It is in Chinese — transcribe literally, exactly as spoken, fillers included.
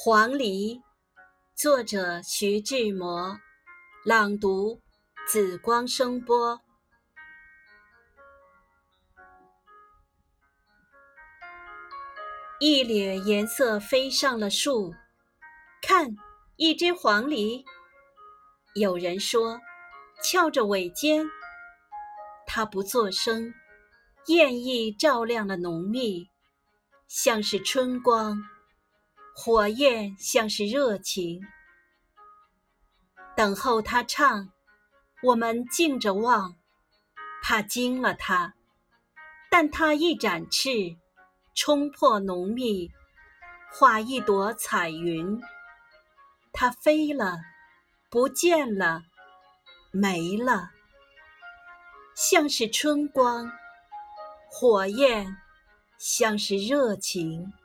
黄鹂，作者徐志摩，朗读紫光声波。一掠颜色飞上了树，看，一只黄鹂。有人说，翘着尾尖，它不作声，艳意照亮了浓密，像是春光，火焰像是热情。等候它唱，我们静着望，怕惊了它，但它一展翅，冲破浓密，画一朵彩云。它飞了，不见了，没了，像是春光，火焰像是热情。